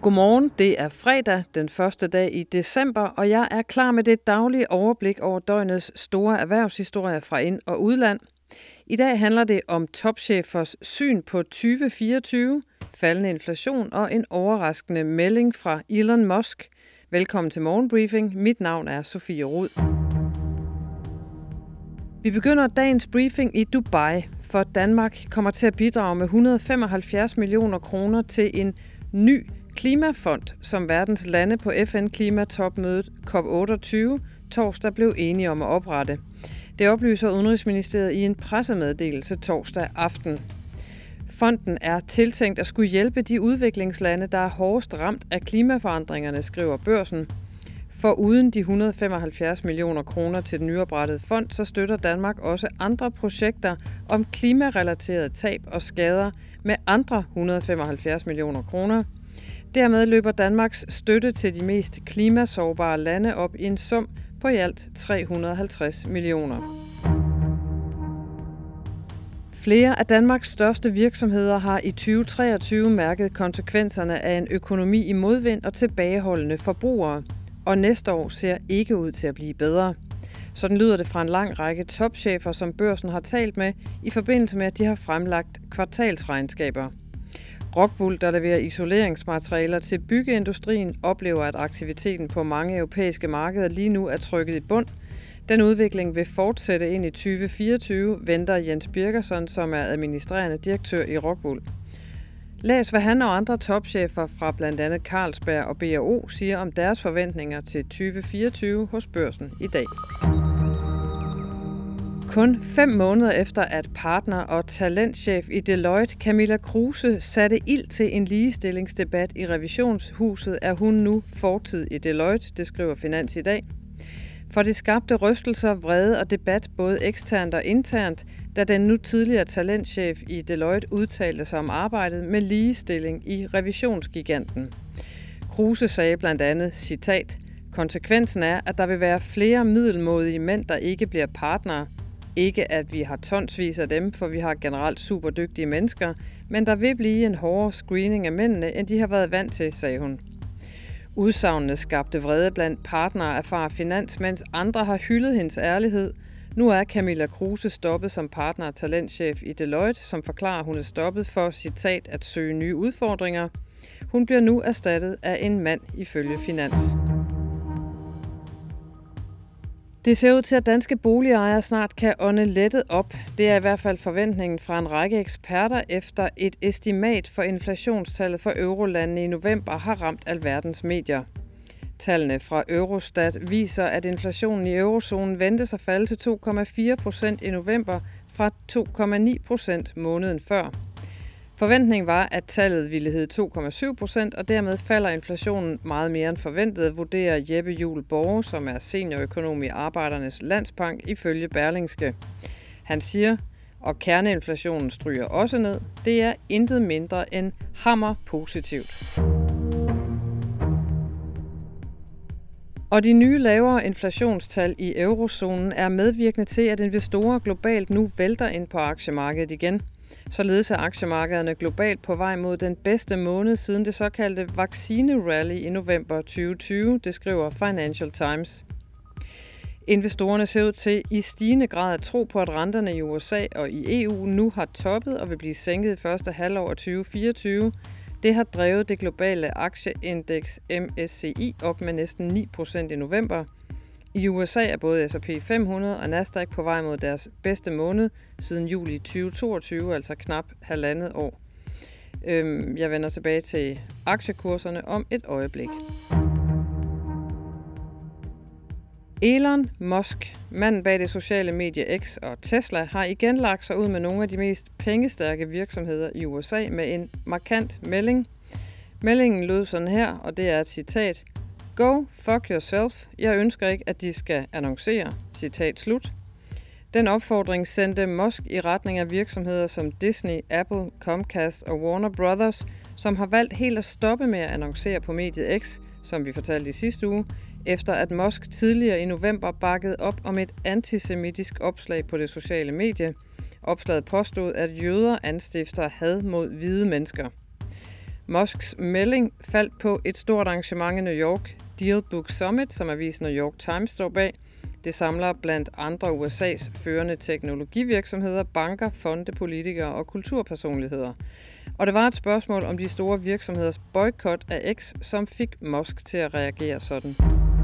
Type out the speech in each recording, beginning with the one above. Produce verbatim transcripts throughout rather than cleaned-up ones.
Godmorgen, det er fredag, den første dag i december, og jeg er klar med det daglige overblik over døgnets store erhvervshistorier fra ind- og udland. I dag handler det om topchefers syn på tyve fireogtyve, faldende inflation og en overraskende melding fra Elon Musk. Velkommen til Morgenbriefing. Mit navn er Sofie Rud. Vi begynder dagens briefing i Dubai, for Danmark kommer til at bidrage med et hundrede og femoghalvfjerds millioner kroner til en ny klimafond, som verdens lande på F N-klimatopmødet COP otteogtyve torsdag blev enige om at oprette. Det oplyser Udenrigsministeriet i en pressemeddelelse torsdag aften. Fonden er tiltænkt at skulle hjælpe de udviklingslande, der er hårdest ramt af klimaforandringerne, skriver Børsen. For uden de et hundrede og femoghalvfjerds millioner kroner til den nyoprettede fond, så støtter Danmark også andre projekter om klimarelaterede tab og skader med andre et hundrede og femoghalvfjerds millioner kroner. Dermed løber Danmarks støtte til de mest klimasårbare lande op i en sum på i alt tre hundrede og halvtreds millioner. Flere af Danmarks største virksomheder har i tyve treogtyve mærket konsekvenserne af en økonomi i modvind og tilbageholdende forbrugere, og næste år ser ikke ud til at blive bedre. Sådan lyder det fra en lang række topchefer, som Børsen har talt med i forbindelse med, at de har fremlagt kvartalsregnskaber. Rockwool, der leverer isoleringsmaterialer til byggeindustrien, oplever, at aktiviteten på mange europæiske markeder lige nu er trykket i bund. Den udvikling vil fortsætte ind i tyve fireogtyve, venter Jens Birgersson, som er administrerende direktør i Rockwool. Læs, hvad han og andre topchefer fra blandt andet Carlsberg og B og O siger om deres forventninger til tyve fireogtyve hos Børsen i dag. Kun fem måneder efter, at partner og talentchef i Deloitte, Camilla Kruse, satte ild til en ligestillingsdebat i revisionshuset, er hun nu fortid i Deloitte, det skriver Finans i dag. For det skabte rystelser, vrede og debat både eksternt og internt, da den nu tidligere talentchef i Deloitte udtalte sig om arbejdet med ligestilling i revisionsgiganten. Kruse sagde blandt andet, citat, konsekvensen er, at der vil være flere middelmådige mænd, der ikke bliver partnere. Ikke at vi har tonsvis af dem, for vi har generelt super dygtige mennesker, men der vil blive en hårdere screening af mændene, end de har været vant til, sagde hun. Udsagnene skabte vrede blandt partnere af Far Finans, mens andre har hyldet hendes ærlighed. Nu er Camilla Kruse stoppet som partner og talentchef i Deloitte, som forklarer, at hun er stoppet for, citat, at søge nye udfordringer. Hun bliver nu erstattet af en mand ifølge Finans. Det ser ud til, at danske boligejere snart kan ånde lettet op. Det er i hvert fald forventningen fra en række eksperter, efter et estimat for inflationstallet for eurolandene i november har ramt alverdens medier. Tallene fra Eurostat viser, at inflationen i eurozonen ventes at falde til to komma fire procent i november fra to komma ni procent måneden før. Forventningen var, at tallet ville hedde to komma syv procent, og dermed falder inflationen meget mere end forventet, vurderer Jeppe Juhl Borge, som er seniorøkonom i Arbejdernes Landsbank, ifølge Berlingske. Han siger, og kerneinflationen stryger også ned, det er intet mindre end hammer positivt. Og de nye lavere inflationstal i eurozonen er medvirkende til, at investorer globalt nu vælter ind på aktiemarkedet igen. Således er aktiemarkederne globalt på vej mod den bedste måned siden det såkaldte vaccinerally i november tyve tyve, det skriver Financial Times. Investorerne ser ud til i stigende grad at tro på, at renterne i U S A og i E U nu har toppet og vil blive sænket i første halvår af tyve fireogtyve. Det har drevet det globale aktieindeks M S C I op med næsten ni procent i november. I U S A er både S og P fem hundrede og Nasdaq på vej mod deres bedste måned siden juli tyve toogtyve, altså knap halvandet år. Øhm, jeg vender tilbage til aktiekurserne om et øjeblik. Elon Musk, manden bag det sociale medie X og Tesla, har igen lagt sig ud med nogle af de mest pengestærke virksomheder i U S A med en markant melding. Meldingen lød sådan her, og det er et citat. Go fuck yourself. Jeg ønsker ikke, at de skal annoncere. Citat slut. Den opfordring sendte Musk i retning af virksomheder som Disney, Apple, Comcast og Warner Brothers, som har valgt helt at stoppe med at annoncere på mediet X, som vi fortalte i sidste uge, efter at Musk tidligere i november bakkede op om et antisemitisk opslag på det sociale medie. Opslaget påstod, at jøder anstifter had mod hvide mennesker. Musks melding faldt på et stort arrangement i New York, Deal Book Summit, som avisen New York Times står bag. Det samler blandt andre U S A's førende teknologivirksomheder, banker, fonde, politikere og kulturpersonligheder. Og det var et spørgsmål om de store virksomheders boykot af X, som fik Musk til at reagere sådan.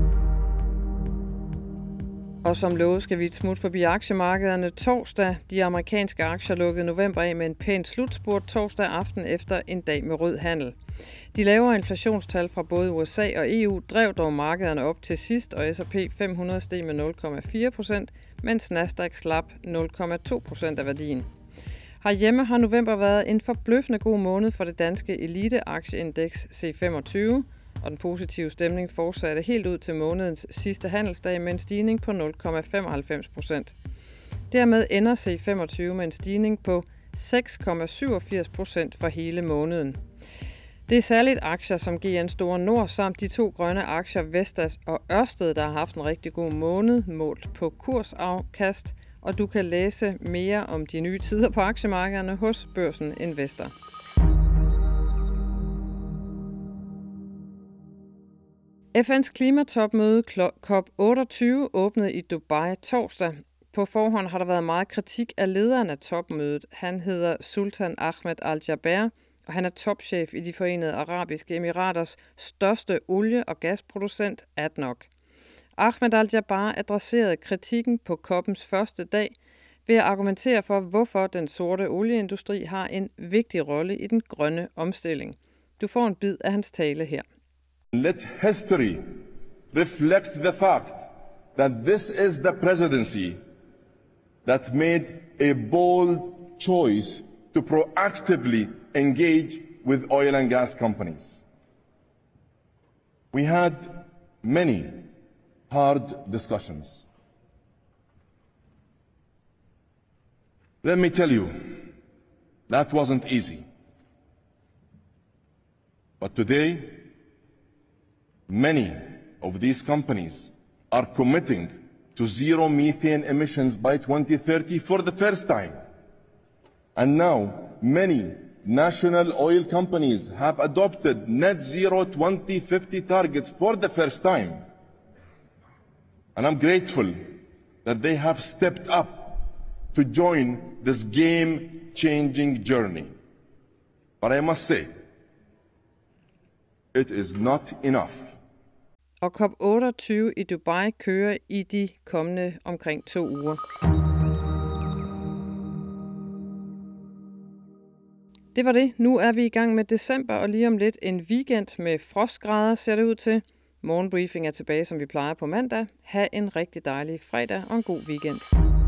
Og som lovet skal vi et smut forbi aktiemarkederne torsdag. De amerikanske aktier lukkede november af med en pæn slutspurt torsdag aften efter en dag med rød handel. De lavere inflationstal fra både U S A og E U drev dog markederne op til sidst, og S og P fem hundrede steg med nul komma fire procent, mens Nasdaq slap nul komma to procent af værdien. Herhjemme har november været en forbløffende god måned for det danske eliteaktieindeks C femogtyve, og den positive stemning fortsatte helt ud til månedens sidste handelsdag med en stigning på nul komma femoghalvfems procent. Dermed ender C femogtyve med en stigning på seks komma syvogfirs procent for hele måneden. Det er særligt aktier som G N Store Nord samt de to grønne aktier Vestas og Ørsted, der har haft en rigtig god måned målt på kursafkast, og du kan læse mere om de nye tider på aktiemarkederne hos Børsen Investor. F N's klimatopmøde COP otteogtyve åbnede i Dubai torsdag. På forhånd har der været meget kritik af lederen af topmødet. Han hedder Sultan Ahmed Al-Jaber, og han er topchef i de Forenede Arabiske Emiraters største olie- og gasproducent A D N O C. Ahmed Al-Jaber adresserede kritikken på COP'ens første dag ved at argumentere for, hvorfor den sorte olieindustri har en vigtig rolle i den grønne omstilling. Du får en bid af hans tale her. Let history reflect the fact that this is the presidency that made a bold choice to proactively engage with oil and gas companies. We had many hard discussions. Let me tell you, that wasn't easy. But today, many of these companies are committing to zero methane emissions by twenty thirty for the first time. And now, many national oil companies have adopted net zero twenty fifty targets for the first time. And I'm grateful that they have stepped up to join this game-changing journey. But I must say, it is not enough. Og COP otteogtyve i Dubai kører i de kommende omkring to uger. Det var det. Nu er vi i gang med december, og lige om lidt en weekend med frostgrader ser det ud til. Morgenbriefing er tilbage, som vi plejer på mandag. Ha' en rigtig dejlig fredag og en god weekend.